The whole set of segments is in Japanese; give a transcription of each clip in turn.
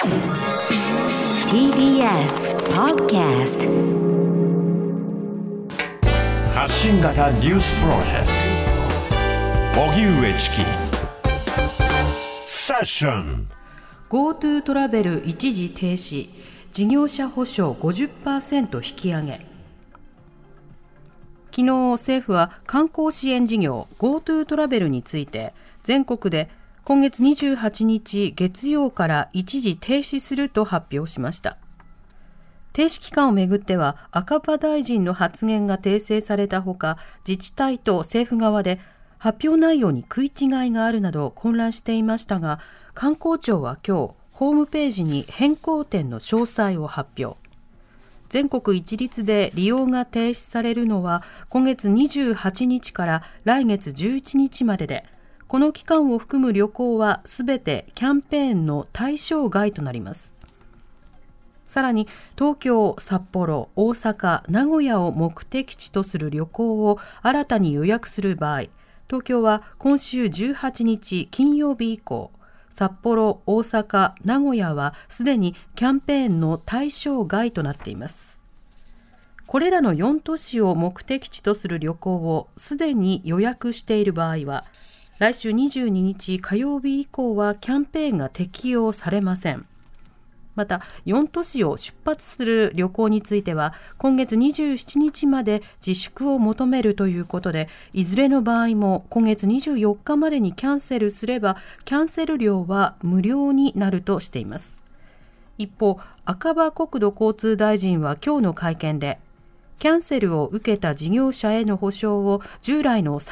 TBS Podcast 発信型ニュースプロジェクト荻上チキセッション GoTo トラベル一時停止、事業者保証 50% 引き上げ。昨日政府は観光支援事業 GoTo トラベルについて全国で今月28日月曜から一時停止すると発表しました。停止期間をめぐっては赤羽大臣の発言が訂正されたほか、自治体と政府側で発表内容に食い違いがあるなど混乱していましたが、観光庁は今日ホームページに変更点の詳細を発表。全国一律で利用が停止されるのは今月28日から来月11日までで、この期間を含む旅行はすべてキャンペーンの対象外となります。さらに東京、札幌、大阪、名古屋を目的地とする旅行を新たに予約する場合、東京は今週18日金曜日以降、札幌、大阪、名古屋はすでにキャンペーンの対象外となっています。これらの4都市を目的地とする旅行をすでに予約している場合は、来週22日火曜日以降はキャンペーンが適用されません。また4都市を出発する旅行については今月27日まで自粛を求めるということで、いずれの場合も今月24日までにキャンセルすればキャンセル料は無料になるとしています。一方、赤羽国土交通大臣は今日の会見で、キャンセルを受けた事業者への補償を従来の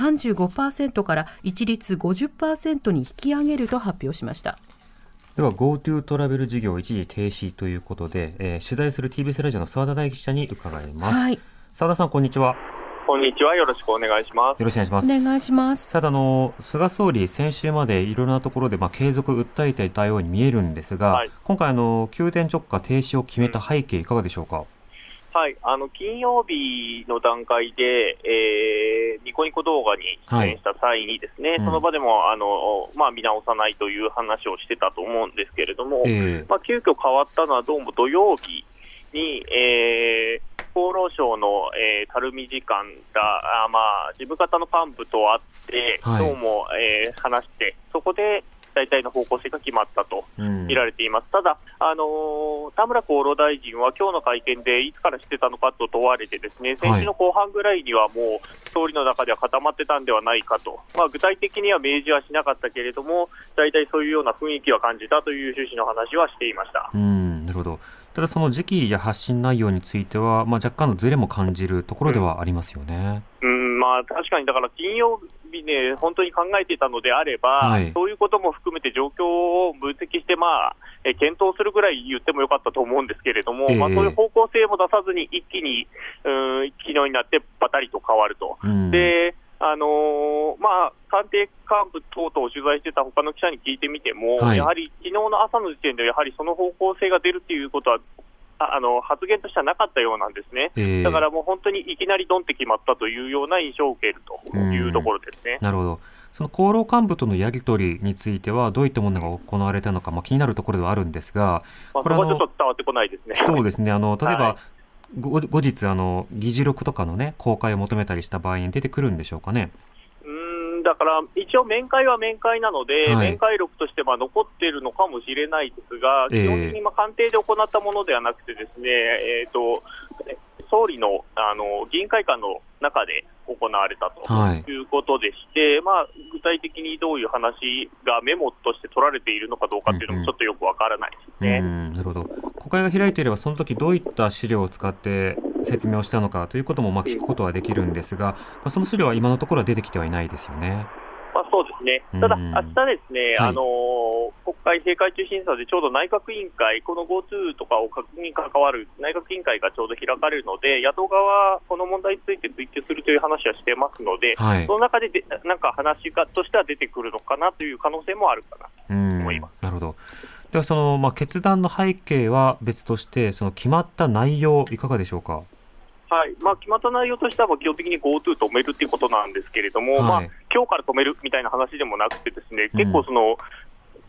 35% から一律 50% に引き上げると発表しました。 では GoTo トラベル事業一時停止ということで、取材する TBS ラジオの澤田大記者に伺います。はい、澤田さん、こんにちは。 こんにちは、よろしくお願いします。 よろしくお願いします。 お願いします。 ただ菅総理先週までいろんなところで継続訴えていたように見えるんですが、今回急転直下停止を決めた背景いかがでしょうか。 はい、金曜日の段階で、ニコニコ動画に出演した際にですね、その場でも見直さないという話をしてたと思うんですけれども、急遽変わったのはどうも土曜日に、厚労省の、垂水次官が事務方の幹部と会って、どうも、話して、そこで大体の方向性が決まったと見られています。ただ、田村厚労大臣は今日の会見でいつからしてたのかと問われてですね、先週の後半ぐらいにはもう総理の中では固まってたんではないかと、具体的には明示はしなかったけれども、大体そういうような雰囲気は感じたという趣旨の話はしていました。 なるほど。ただその時期や発信内容については、若干のズレも感じるところではありますよね。 確かに、だから金曜日ね、本当に考えていたのであれば、そういうことも含めて状況を分析して、検討するぐらい言ってもよかったと思うんですけれども、そういう方向性も出さずに一気に昨日になってバタリと変わると。で官邸幹部等々を取材してた他の記者に聞いてみても、やはり昨日の朝の時点でやはりその方向性が出るということは発言としてはなかったようなんですね。だからもう本当にいきなりドンって決まったというような印象を受けるというところですね。 なるほど。その厚労幹部とのやり取りについてはどういったものが行われたのか、気になるところではあるんですが、 これはちょっと伝わってこないですね。 そうですね。例えば、後日議事録とかの公開を求めたりした場合に出てくるんでしょうかね。 だから一応面会は面会なので、面会録として残っているのかもしれないですが、基本的に官邸で行ったものではなくてですね、総理の議員会館の中で行われたということでして、具体的にどういう話がメモとして取られているのかどうかというのもちょっとよくわからないですね。 なるほど。国会が開いていればその時どういった資料を使って説明をしたのかということも聞くことはできるんですが、その資料は今のところは出てきてはいないですよね。 そうですね。ただ明日ですね、国会閉会中審査でちょうど内閣委員会、この GoTo とかに関わる内閣委員会がちょうど開かれるので、野党側はこの問題について追及するという話はしてますので、その中でなんか話としては出てくるのかなという可能性もあるかなと思います。 なるほど。ではその、決断の背景は別として、その決まった内容いかがでしょうか。 決まった内容としては基本的に GoTo 止めるということなんですけれども、今日から止めるみたいな話でもなくてですね、結構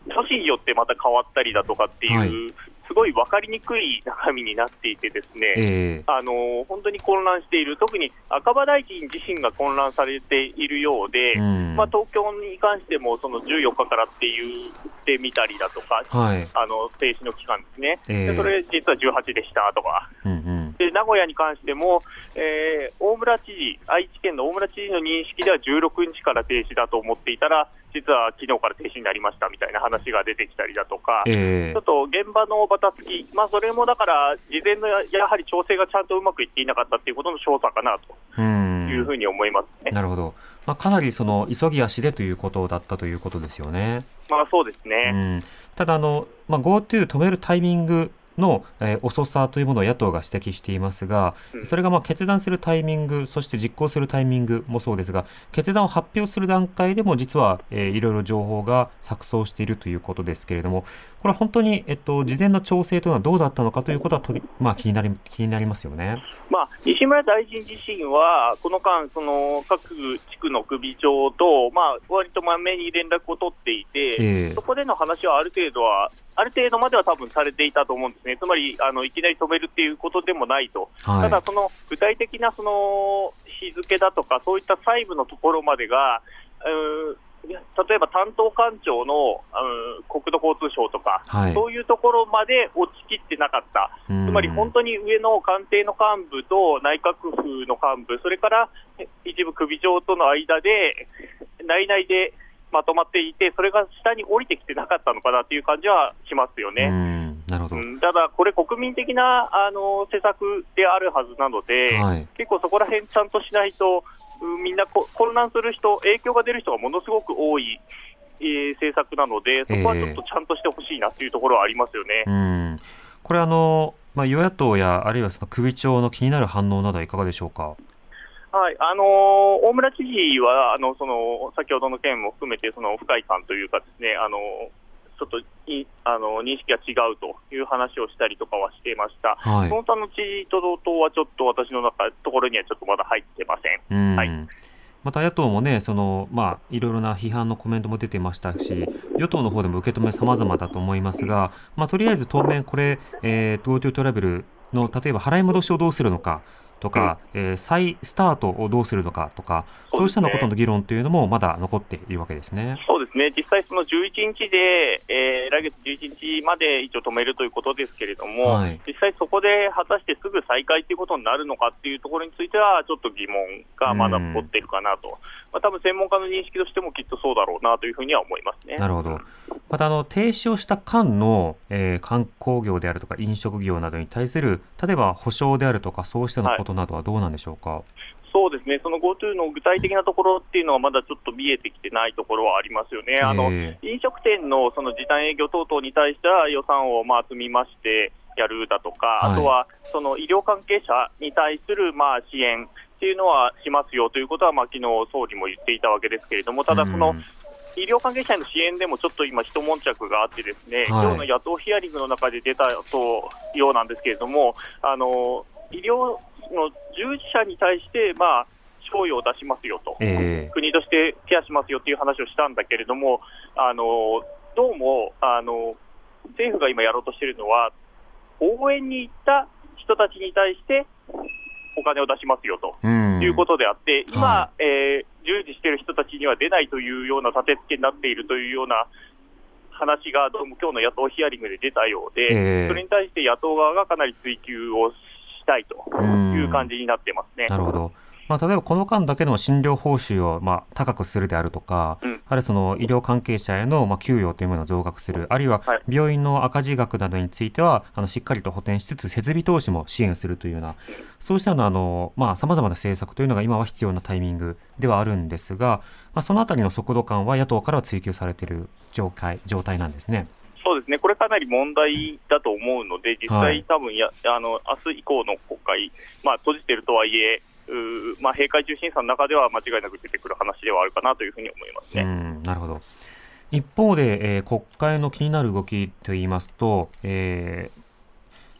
都市によってまた変わったりだとかっていう、はい、すごい分かりにくい中身になっていてですね、本当に混乱している、特に赤羽大臣自身が混乱されているようで、東京に関してもその14日からって言ってみたりだとか、はい、停止の期間ですね、でそれ実は18でしたとか、で名古屋に関しても、大村知事、愛知県の大村知事の認識では16日から停止だと思っていたら、実は昨日から停止になりましたみたいな話が出てきたりだとか、ちょっと現場のバタつき、それもだから事前のやはり調整がちゃんとうまくいっていなかったということの証左かなというふうに思いますね。 なるほど、かなりその急ぎ足でということだったということですよね。 そうですね。 ただGoTo 止めるタイミングの、遅さというものを野党が指摘していますが、それが決断するタイミング、そして実行するタイミングもそうですが、決断を発表する段階でも実は、いろいろ情報が錯綜しているということですけれども、これは本当に、事前の調整というのはどうだったのかということは気になりますよね。 西村大臣自身はこの間各地区の首長と、割とまめに連絡を取っていて、そこでの話はある程度までは多分されていたと思うんですね。つまりいきなり止めるっていうことでもないと、ただその具体的な日付だとかそういった細部のところまでが例えば担当官庁の国土交通省とか、そういうところまで落ちきってなかった、つまり本当に上の官邸の幹部と内閣府の幹部、それから一部首長との間で内々でまとまっていて、それが下に降りてきてなかったのかなという感じはしますよね。 なるほど。 ただこれ国民的な施策であるはずなので、結構そこら辺ちゃんとしないとみんな混乱する人、影響が出る人がものすごく多い、政策なので、そこはちょっとちゃんとしてほしいなというところはありますよね。 これ与野党やあるいはその首長の気になる反応などはいかがでしょうか。 はい、大村知事は先ほどの件も含めて不快感というかですね、ちょっと認識が違うという話をしたりとかはしていました。その他の知事と同等はちょっと私のところにはちょっとまだ入ってません。 また野党もね、いろいろな批判のコメントも出てましたし、与党の方でも受け止め様々だと思いますが、とりあえず当面これ、GoTo トラベルの例えば払い戻しをどうするのかとか、再スタートをどうするのかとか、そうしたのことの議論というのもまだ残っているわけですね。 そうですね、実際その11日で、来月11日まで一応止めるということですけれども、実際そこで果たしてすぐ再開ということになるのかっていうところについてはちょっと疑問がまだ残っているかなと、多分専門家の認識としてもきっとそうだろうなというふうには思いますね。 なるほど。また停止をした間の、観光業であるとか飲食業などに対する例えば補償であるとかそうしたのことなどはどうなんでしょうか。 そうですね、その GoTo の具体的なところっていうのはまだちょっと見えてきてないところはありますよね。飲食店のその時短営業等々に対しては予算を積みましてやるだとか、あとはその医療関係者に対する支援っていうのはしますよということは昨日総理も言っていたわけですけれども、ただその医療関係者への支援でもちょっと今一悶着があってですね、今日の野党ヒアリングの中で出たようなんですけれども、医療の従事者に対して賞与を出しますよと、国としてケアしますよという話をしたんだけれども、どうも政府が今やろうとしているのは応援に行った人たちに対してお金を出しますよということであって、今、従事している人たちには出ないというような立て付けになっているというような話がどうも今日の野党ヒアリングで出たようで、それに対して野党側がかなり追及をしたいという感じになってますね。 なるほど。例えばこの間だけの診療報酬を高くするであるとか、あるいはその医療関係者への給与というものを増額する、あるいは病院の赤字額などについてはしっかりと補填しつつ設備投資も支援するというような、そうしたような様々な政策というのが今は必要なタイミングではあるんですが、そのあたりの速度感は野党からは追及されている状態なんですね。 そうですね、これかなり問題だと思うので、実際多分明日以降の国会、閉じているとはいえ閉会中審査の中では間違いなく出てくる話ではあるかなというふうに思いますね。 なるほど。一方で、国会の気になる動きといいますと、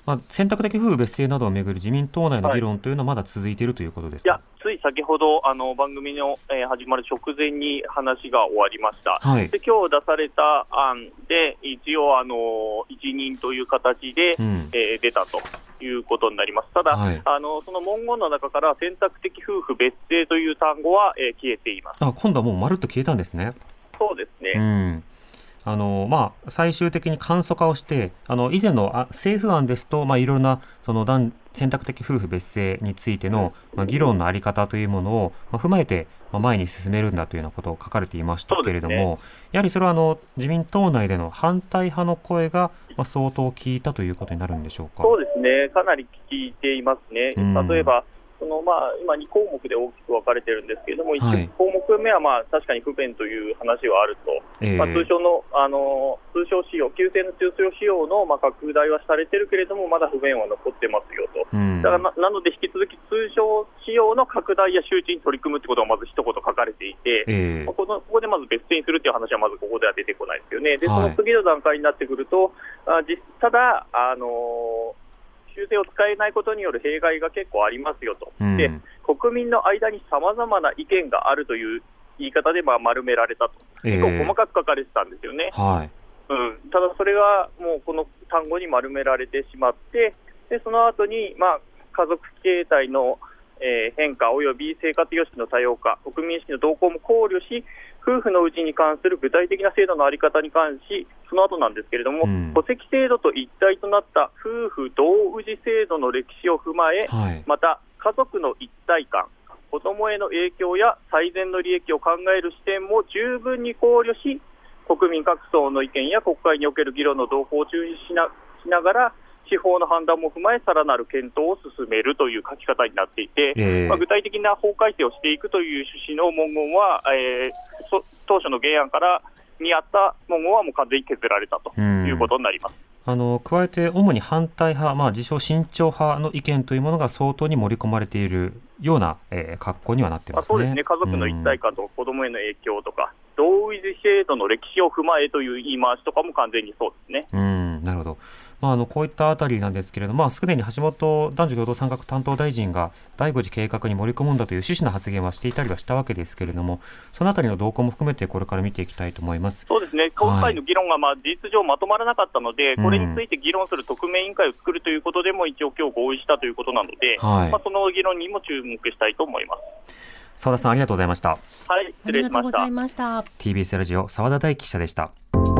選択的夫婦別姓などをめぐる自民党内の議論というのはまだ続いているということですか。 いや、つい先ほど番組の、始まる直前に話が終わりました、 はい、 で今日出された案で一応一任という形で、出たということになります。ただ、はい、その文言の中から選択的夫婦別姓という単語は、消えています。 今度はもうまるっと消えたんですね。 そうですね、 最終的に簡素化をして、以前の政府案ですと、いろいろな選択的夫婦別姓についての、議論の在り方というものを、踏まえて、前に進めるんだというようなことを書かれていましたけれども、やはりそれは自民党内での反対派の声が、相当効いたということになるんでしょうか。 そうですね、かなり効いていますね。例えば今2項目で大きく分かれているんですけれども、1項目目は確かに不便という話はあると、通称の通称使用、旧姓の通称使用の拡大はされているけれども、まだ不便は残ってますよと、だからなので引き続き通称使用の拡大や周知に取り組むということがまず一言書かれていて、ここでまず別姓にするという話はまずここでは出てこないですよね。でその次の段階になってくると、ただ修正を使えないことによる弊害が結構ありますよと、で国民の間にさまざまな意見があるという言い方で丸められたと、結構細かく書かれてたんですよね、ただそれがもうこの単語に丸められてしまって、でその後に家族形態の変化および生活様式の多様化、国民意識の動向も考慮し、夫婦のうちに関する具体的な制度の在り方に関し、その後なんですけれども、戸籍制度と一体となった夫婦同氏制度の歴史を踏まえ、また家族の一体感、子どもへの影響や最善の利益を考える視点も十分に考慮し、国民各層の意見や国会における議論の動向を注視しながら、司法の判断も踏まえさらなる検討を進めるという書き方になっていて、具体的な法改正をしていくという趣旨の文言は、当初の原案からにあった文言はもう完全に削られたということになります。 加えて主に反対派、自称慎重派の意見というものが相当に盛り込まれているような、格好にはなってますね。 そうですね、家族の一体感とか子どもへの影響とか、同氏制度の歴史を踏まえという言い回しとかも完全にそうですね。 なるほど。こういったあたりなんですけれども、すでに橋本男女共同参画担当大臣が第5次計画に盛り込むんだという趣旨の発言はしていたりはしたわけですけれども、そのあたりの動向も含めてこれから見ていきたいと思います。 そうですね、今回の議論が事実上まとまらなかったので、これについて議論する特命委員会を作るということでも一応今日合意したということなので、その議論にも注目したいと思います。 澤田さん、ありがとうございました。 はい、失礼しました。 ありがとうございました。 TBS ラジオ澤田大記者でした。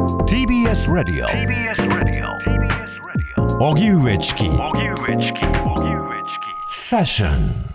TBS ラジオ荻上チキセッション。